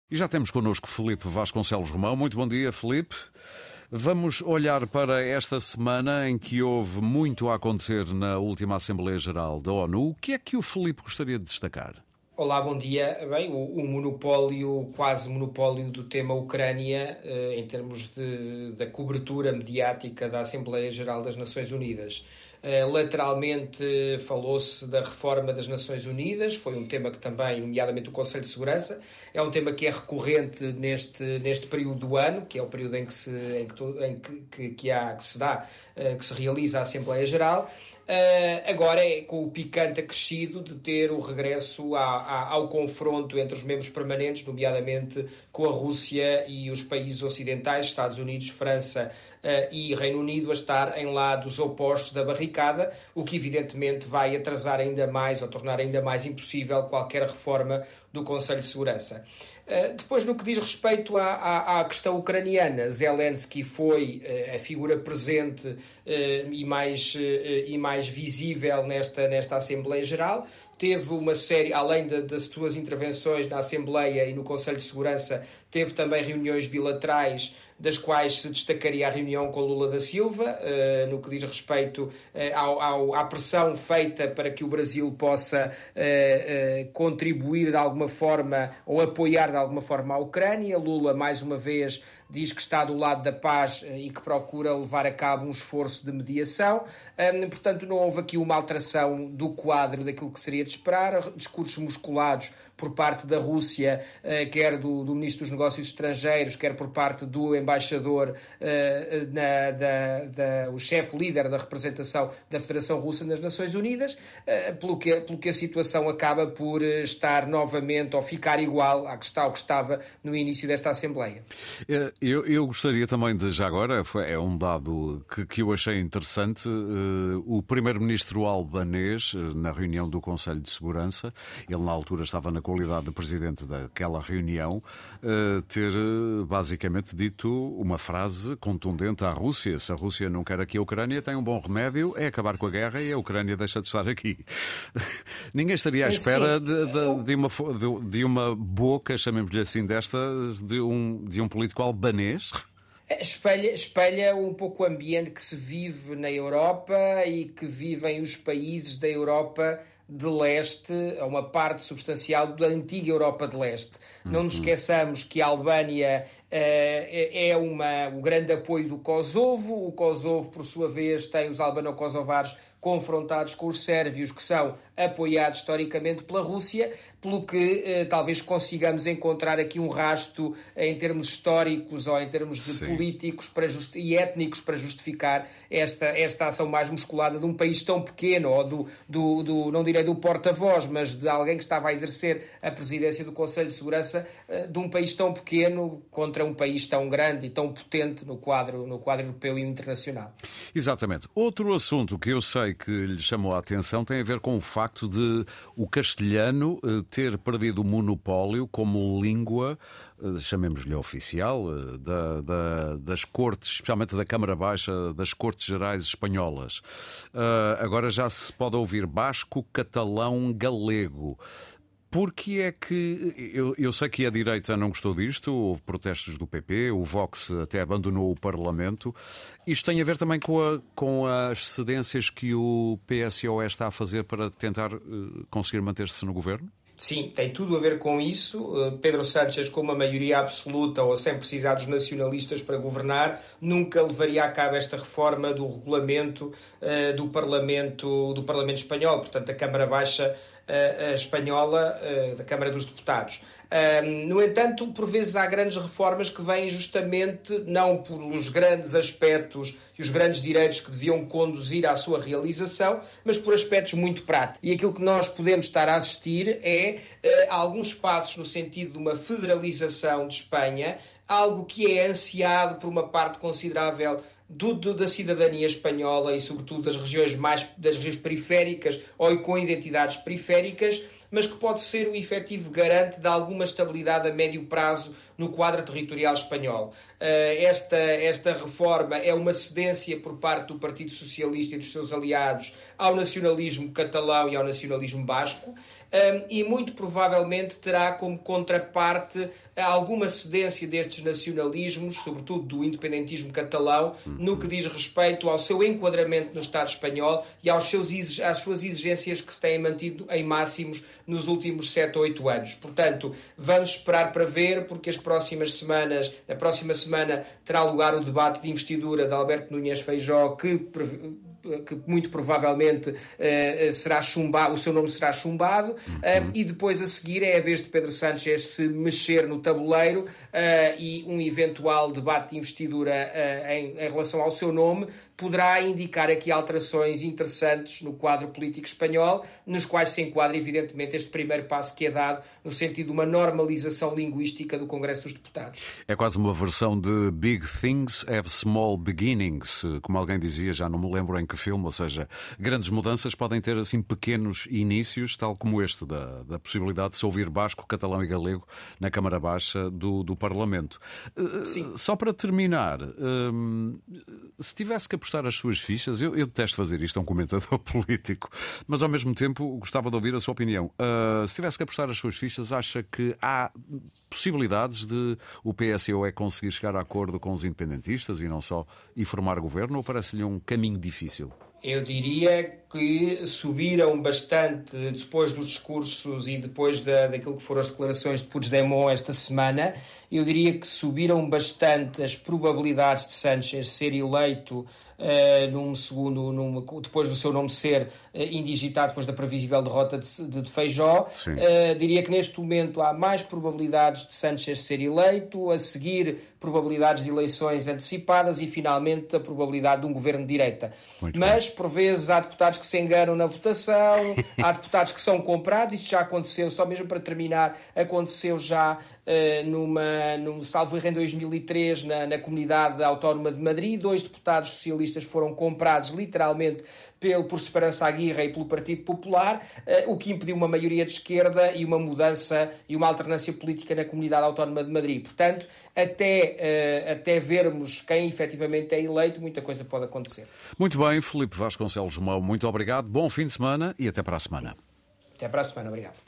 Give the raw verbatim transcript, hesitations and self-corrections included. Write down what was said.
E já temos connosco Filipe Vasconcelos Romão. Muito bom dia, Filipe. Vamos olhar para esta semana em que houve muito a acontecer na última Assembleia Geral da ONU. O que é que o Filipe gostaria de destacar? Olá, bom dia. Bem, o, o monopólio, quase monopólio do tema Ucrânia, eh, em termos de, da cobertura mediática da Assembleia Geral das Nações Unidas. Eh, lateralmente falou-se da reforma das Nações Unidas, foi um tema que também, nomeadamente o Conselho de Segurança, é um tema que é recorrente neste, neste período do ano, que é o período em que se, em que, em que, que, que, há, que se dá, eh, que se realiza a Assembleia Geral. Uh, agora é com o picante acrescido de ter o regresso a, a, ao confronto entre os membros permanentes, nomeadamente com a Rússia e os países ocidentais, Estados Unidos, França uh, e Reino Unido, a estar em lados opostos da barricada, o que evidentemente vai atrasar ainda mais ou tornar ainda mais impossível qualquer reforma do Conselho de Segurança. Uh, depois, no que diz respeito à, à, à questão ucraniana, Zelensky foi uh, a figura presente uh, e, mais, uh, e mais visível nesta, nesta Assembleia Geral. Teve uma série, além de, das suas intervenções na Assembleia e no Conselho de Segurança, teve também reuniões bilaterais, das quais se destacaria a reunião com Lula da Silva, uh, no que diz respeito uh, ao, ao, à pressão feita para que o Brasil possa uh, uh, contribuir de alguma forma ou apoiar de alguma forma a Ucrânia. Lula, mais uma vez, diz que está do lado da paz uh, e que procura levar a cabo um esforço de mediação. Um, portanto, não houve aqui uma alteração do quadro daquilo que seria de esperar. Discursos musculados por parte da Rússia, uh, quer do, do Ministro dos Negócios Estrangeiros, quer por parte do embaixador, uh, na, da, da, o chefe, o líder da representação da Federação Russa nas Nações Unidas, uh, pelo, que, pelo que a situação acaba por estar novamente ou ficar igual à que, está, ao que estava no início desta Assembleia. Eu, eu gostaria também de, já agora, é um dado que, que eu achei interessante, uh, o primeiro-ministro albanês, na reunião do Conselho de Segurança, ele na altura estava na qualidade de presidente daquela reunião, uh, ter uh, basicamente dito uma frase contundente à Rússia: se a Rússia não quer aqui a Ucrânia, tem um bom remédio, é acabar com a guerra e a Ucrânia deixa de estar aqui. Ninguém estaria à espera de, de, de, uma, de, de uma boca, chamemos-lhe assim, desta, de um, de um político albanês. Espelha, espelha um pouco o ambiente que se vive na Europa e que vivem os países da Europa de leste, a uma parte substancial da antiga Europa de leste. Uhum. Não nos esqueçamos que a Albânia uh, é uma, o grande apoio do Kosovo. O Kosovo, por sua vez, tem os albano-kosovares confrontados com os sérvios, que são apoiados historicamente pela Rússia, pelo que eh, talvez consigamos encontrar aqui um rasto em termos históricos ou em termos de Sim. políticos para justi- e étnicos para justificar esta, esta ação mais musculada de um país tão pequeno, ou do, do, do não direi do porta-voz, mas de alguém que estava a exercer a presidência do Conselho de Segurança, eh, de um país tão pequeno contra um país tão grande e tão potente no quadro, no quadro europeu e internacional. Exatamente. Outro assunto que eu sei que lhe chamou a atenção tem a ver com o facto de o castelhano ter perdido o monopólio como língua, chamemos-lhe oficial, da, da, das cortes, especialmente da Câmara Baixa, das Cortes Gerais Espanholas. Uh, agora já se pode ouvir basco, catalão, galego. Porque é que, eu, eu sei que a direita não gostou disto, houve protestos do P P, o Vox até abandonou o Parlamento. Isto tem a ver também com, a, com as cedências que o P S O E está a fazer para tentar uh, conseguir manter-se no governo? Sim, tem tudo a ver com isso. Pedro Sánchez, com uma maioria absoluta ou sem precisar dos nacionalistas para governar, nunca levaria a cabo esta reforma do regulamento uh, do, Parlamento, do Parlamento Espanhol, portanto, da Câmara Baixa uh, Espanhola, uh, da Câmara dos Deputados. Um, no entanto, por vezes há grandes reformas que vêm justamente não pelos grandes aspectos e os grandes direitos que deviam conduzir à sua realização, mas por aspectos muito práticos. E aquilo que nós podemos estar a assistir é uh, alguns passos no sentido de uma federalização de Espanha, algo que é ansiado por uma parte considerável Do, do, da cidadania espanhola e sobretudo das regiões mais das regiões periféricas ou com identidades periféricas, mas que pode ser o efetivo garante de alguma estabilidade a médio prazo no quadro territorial espanhol. Esta, esta reforma é uma cedência por parte do Partido Socialista e dos seus aliados ao nacionalismo catalão e ao nacionalismo basco, e muito provavelmente terá como contraparte alguma cedência destes nacionalismos, sobretudo do independentismo catalão, no que diz respeito ao seu enquadramento no Estado espanhol e aos seus, às suas exigências que se têm mantido em máximos nos últimos sete ou oito anos. Portanto, vamos esperar para ver, porque as próximas semanas, na próxima semana terá lugar o debate de investidura de Alberto Núñez Feijóo, que, que muito provavelmente uh, será chumbado, o seu nome será chumbado, uh, e depois a seguir é a vez de Pedro Sánchez se mexer no tabuleiro, uh, e um eventual debate de investidura uh, em, em relação ao seu nome poderá indicar aqui alterações interessantes no quadro político espanhol, nos quais se enquadra evidentemente este primeiro passo que é dado no sentido de uma normalização linguística do Congresso dos Deputados. É quase uma versão de Big Things Have Small Beginnings, como alguém dizia, já não me lembro em que filme, ou seja, grandes mudanças podem ter assim pequenos inícios, tal como este, da, da possibilidade de se ouvir basco, catalão e galego na Câmara Baixa do, do Parlamento. Sim. Só para terminar, hum, se tivesse que apostar as suas fichas, eu, eu detesto fazer isto a um comentador político, mas ao mesmo tempo gostava de ouvir a sua opinião. Uh, se tivesse que apostar as suas fichas, acha que há possibilidades de o P S O E conseguir chegar a acordo com os independentistas e não só, e formar governo, ou parece-lhe um caminho difícil? Eu diria que subiram bastante depois dos discursos e depois da, daquilo que foram as declarações de Puigdemont esta semana. Eu diria que subiram bastante as probabilidades de Sánchez ser eleito uh, num segundo, num, depois do seu nome ser uh, indigitado, depois da previsível derrota de, de, de Feijóo. Uh, diria que neste momento há mais probabilidades de Sánchez ser eleito, a seguir probabilidades de eleições antecipadas e finalmente a probabilidade de um governo de direita. Muito Mas bem. Por vezes há deputados que se enganam na votação, há deputados que são comprados, isto já aconteceu, só mesmo para terminar, aconteceu já uh, numa, num salvo erro em dois mil e três na, na Comunidade Autónoma de Madrid, dois deputados socialistas foram comprados literalmente pelo, por Esperança Aguirre e pelo Partido Popular, uh, o que impediu uma maioria de esquerda e uma mudança e uma alternância política na Comunidade Autónoma de Madrid. Portanto, até, uh, até vermos quem efetivamente é eleito, muita coisa pode acontecer. Muito bem, Filipe Vasconcelos Mão, muito obrigado, bom fim de semana e até para a semana. Até para a semana, obrigado.